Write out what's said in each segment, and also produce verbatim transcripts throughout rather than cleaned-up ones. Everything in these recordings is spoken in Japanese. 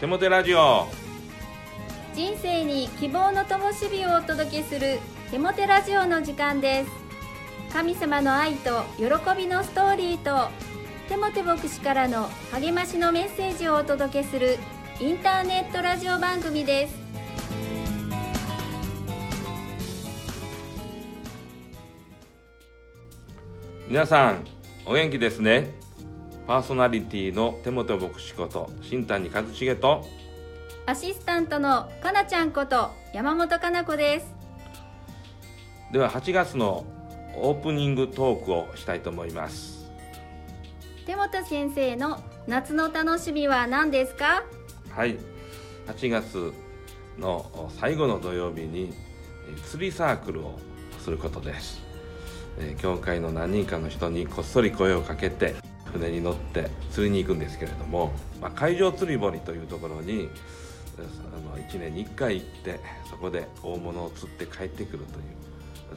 テモテラジオ。 人生に希望の灯火をお届けするテモテラジオの時間です。神様の愛と喜びのストーリーとテモテ牧師からの励ましのメッセージをお届けするインターネットラジオ番組です。 皆さんお元気ですね。パーソナリティのテモテ牧師こと新谷一茂とアシスタントのかなちゃんこと山本かな子です。 でははちがつのオープニングトークをしたいと思います。 テモテ先生の夏の楽しみは何ですか？ はい、はちがつの最後の土曜日に釣りサークルをすることです。教会の何人かの人にこっそり声をかけて船に乗って釣りに行くんですけれども、まあ、海上釣り堀というところにあのいちねんにいっかい行って、そこで大物を釣って帰ってくるという、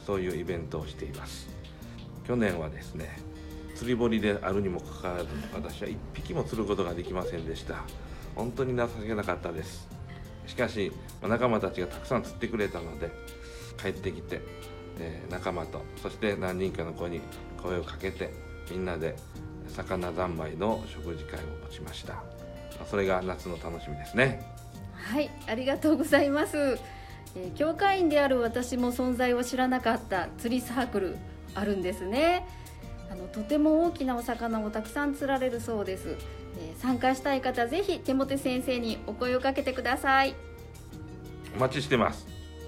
そういうイベントをしています。去年はですね、釣り堀であるにもかかわらず私はいっぴきも釣ることができませんでした。本当に情けなかったです。しかし仲間たちがたくさん釣ってくれたので、帰ってきて仲間とそして何人かの子に声をかけて、みんなで魚三昧の食事会を持ちました。それが夏の楽しみですね。 はい、ありがとうございます。えー、教会員である私も存在を知らなかった釣りサークルあるんですね。あのとても大きなお魚をたくさん釣られるそうです。えー、参加したい方、ぜひテモテ先生にお声をかけてください。 お待ちしてます。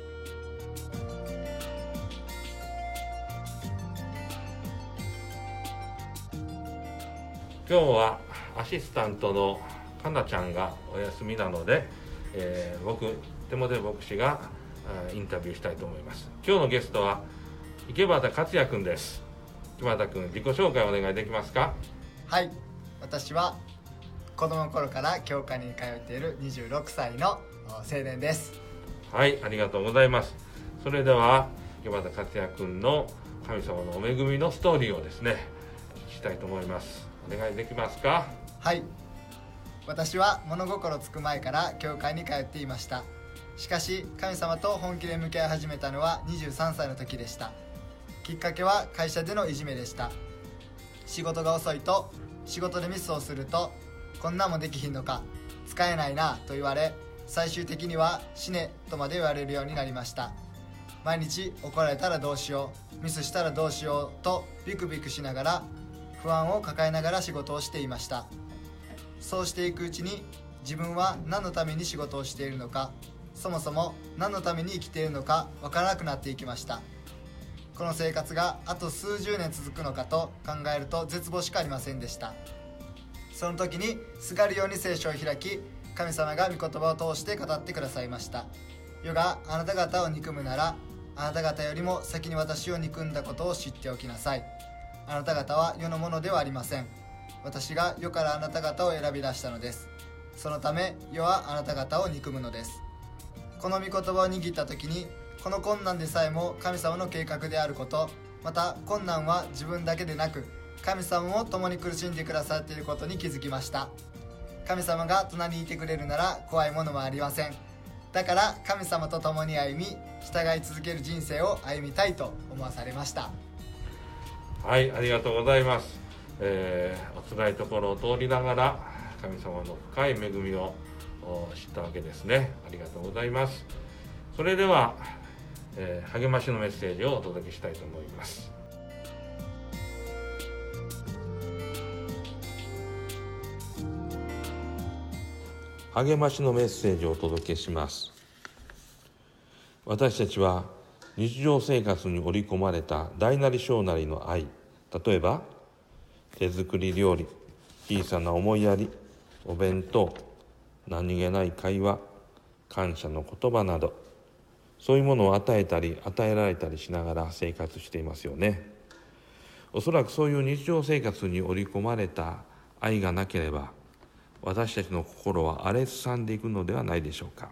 今日はアシスタントのかなちゃんがお休みなので、えー、僕テモテ牧師がインタビューしたいと思います。今日のゲストは池端克也くんです。池端くん、自己紹介お願いできますか？ はい、私は子供の頃から教会に通っているにじゅうろくさいの青年です。 はい、ありがとうございます。それでは池端克也くんの神様のお恵みのストーリーをですね、聞きたいと思います。お願いできますか？ はい、私は物心つく前から教会に通っていました。しかし神様と本気で向き合い始めたのはにじゅうさんさいの時でした。きっかけは会社でのいじめでした。仕事が遅いと、仕事でミスをすると、こんなんもできひんのか、使えないなと言われ、最終的には死ねとまで言われるようになりました。毎日怒られたらどうしよう、ミスしたらどうしようとビクビクしながら、不安を抱えながら仕事をしていました。そうしていくうちに、自分は何のために仕事をしているのか、そもそも何のために生きているのかわからなくなっていきました。この生活があと数十年続くのかと考えると絶望しかありませんでした。その時にすがるように聖書を開き、神様が御言葉を通して語ってくださいました。世があなた方を憎むなら、あなた方よりも先に私を憎んだことを知っておきなさい。あなた方は世のものではありません。私が世からあなた方を選び出したのです。そのため世はあなた方を憎むのです。この御言葉を握った時に、この困難でさえも神様の計画であること、また困難は自分だけでなく神様も共に苦しんでくださっていることに気づきました。神様が隣にいてくれるなら怖いものもありません。だから神様と共に歩み、従い続ける人生を歩みたいと思わされました。 はい、ありがとうございます。えー、お辛いところを通りながら神様の深い恵みを知ったわけですね。ありがとうございます。それでは、えー、励ましのメッセージをお届けしたいと思います。励ましのメッセージをお届けします。私たちは日常生活に織り込まれた大なり小なりの愛、例えば手作り料理、小さな思いやり、お弁当、何気ない会話、感謝の言葉など、そういうものを与えたり与えられたりしながら生活していますよね。おそらくそういう日常生活に織り込まれた愛がなければ、私たちの心は荒れすさんでいくのではないでしょうか。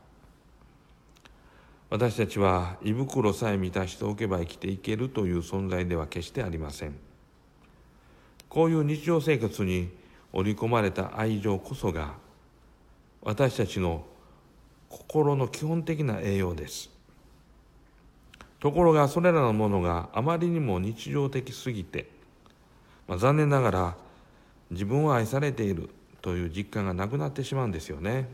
私たちは胃袋さえ満たしておけば生きていけるという存在では決してありません。こういう日常生活に織り込まれた愛情こそが私たちの心の基本的な栄養です。ところがそれらのものがあまりにも日常的すぎて、まあ、残念ながら自分は愛されているという実感がなくなってしまうんですよね。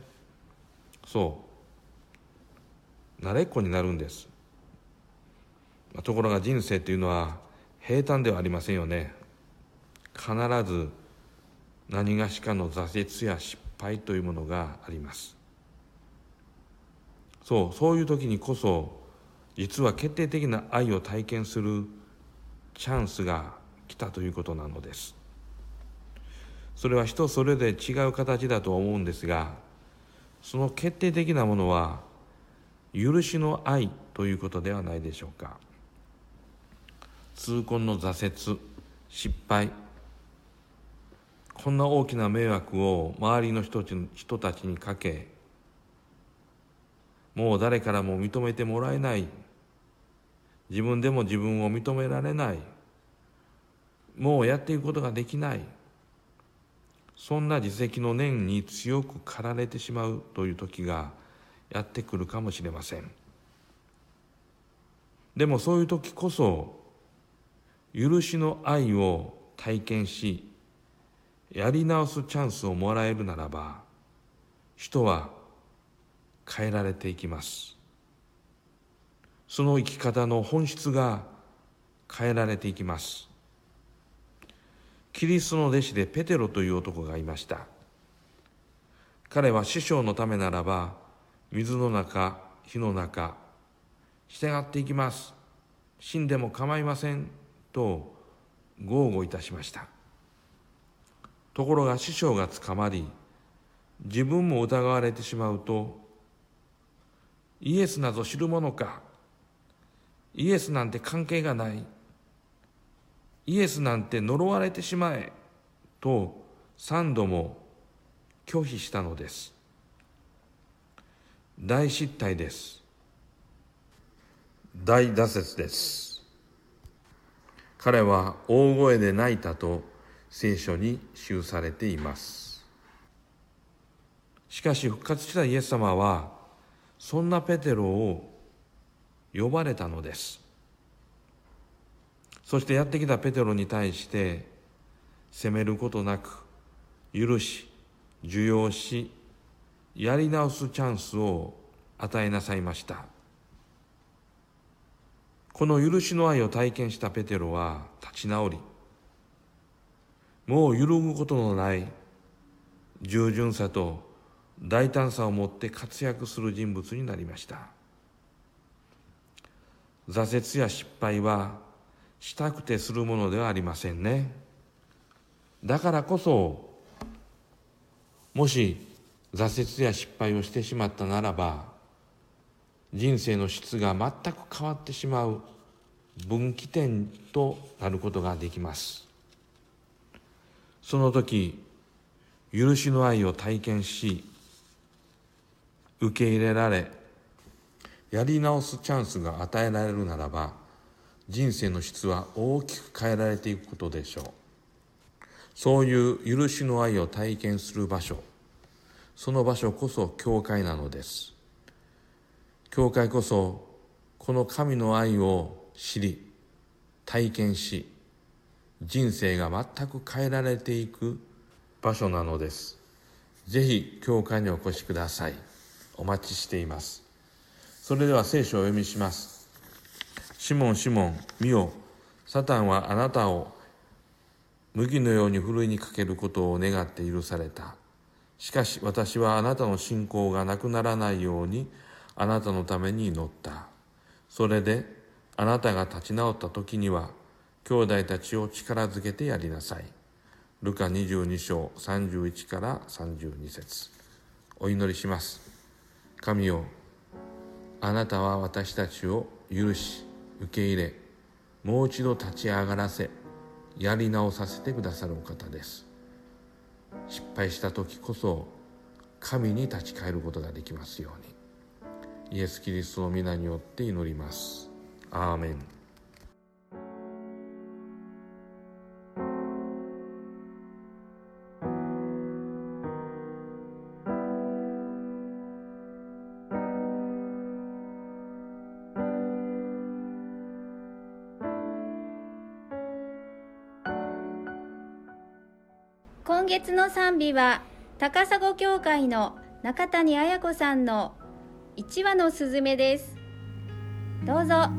そう慣れっこになるんです。まあ、ところが人生というのは平坦ではありませんよね。必ず何がしかの挫折や失敗というものがあります。そうそういう時にこそ実は決定的な愛を体験するチャンスが来たということなのです。それは人それぞれ違う形だと思うんですが、その決定的なものは許しの愛ということではないでしょうか。痛恨の挫折、失敗、こんな大きな迷惑を周りの人人たちにかけ、もう誰からも認めてもらえない、自分でも自分を認められない、もうやっていくことができない、そんな自責の念に強く駆られてしまうという時がやってくるかもしれません。でもそういう時こそ許しの愛を体験し、やり直すチャンスをもらえるならば、人は変えられていきます。その生き方の本質が変えられていきます。キリストの弟子でペテロという男がいました。彼は師匠のためならば水の中、火の中、従っていきます、死んでも構いませんと豪語いたしました。ところが師匠が捕まり、自分も疑われてしまうと、イエスなど知るものか、イエスなんて関係がない、イエスなんて呪われてしまえと三度も拒否したのです。大失態です。大挫折です。彼は大声で泣いたと聖書に記されています。しかし復活したイエス様はそんなペテロを呼ばれたのです。そしてやってきたペテロに対して責めることなく許し、受容し、やり直すチャンスを与えなさいました。この許しの愛を体験したペテロは立ち直り、もう揺るぐことのない従順さと大胆さを持って活躍する人物になりました。挫折や失敗はしたくてするものではありませんね。だからこそ、もし挫折や失敗をしてしまったならば、人生の質が全く変わってしまう分岐点となることができます。その時、許しの愛を体験し、受け入れられ、やり直すチャンスが与えられるならば、人生の質は大きく変えられていくことでしょう。そういう許しの愛を体験する場所、その場所こそ教会なのです。教会こそこの神の愛を知り、体験し、人生が全く変えられていく場所なのです。ぜひ教会にお越しください。お待ちしています。それでは聖書をお読みします。シモン、シモン、見よ、サタンはあなたを麦のようにふるいにかけることを願って許された。しかし私はあなたの信仰がなくならないようにあなたのために祈った。それであなたが立ち直った時には兄弟たちを力づけてやりなさい。ルカにじゅうに章さんじゅういちからさんじゅうに節。お祈りします。神よ、あなたは私たちを許し受け入れ、もう一度立ち上がらせ、やり直させてくださるお方です。失敗した時こそ神に立ち返ることができますように、イエス・キリストの皆によって祈ります。アーメン。 今月の賛美は高砂教会の中谷彩子さんの一羽のすずめです。どうぞ。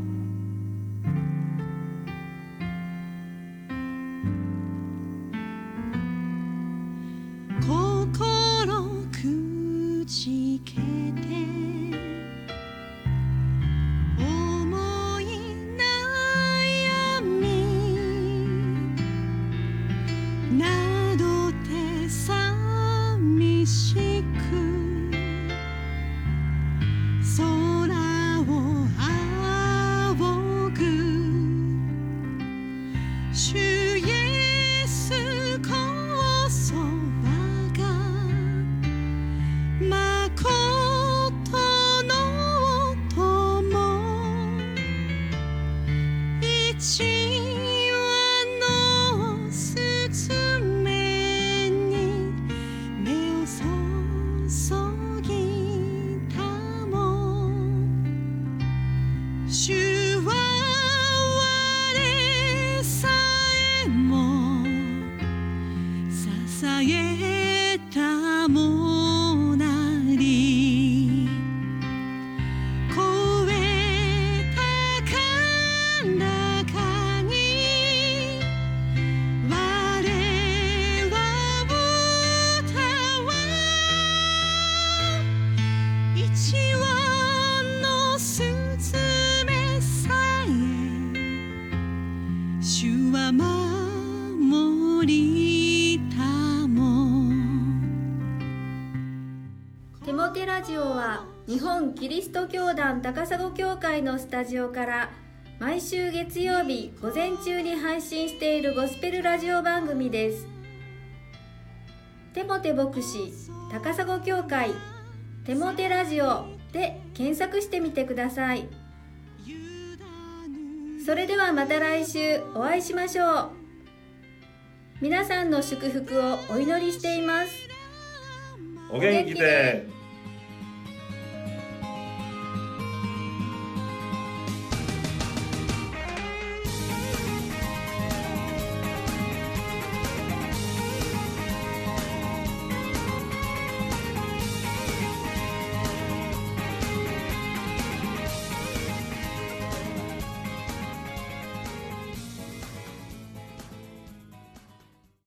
心くじけて思い悩みなどて寂しく空を仰ぐ主イエスこそ我がまことの友一羽のすずめに目を注ぎたも主は我さえも支えたもなり声高らかに我は歌わ一羽のすずめさえ主は守りたもテモテラジオは日本キリスト教団高砂教会のスタジオから毎週月曜日午前中に配信しているゴスペルラジオ番組です。テモテ牧師高砂教会テモテラジオで検索してみてください。それではまた来週お会いしましょう。皆さんの祝福をお祈りしています。 お元気で。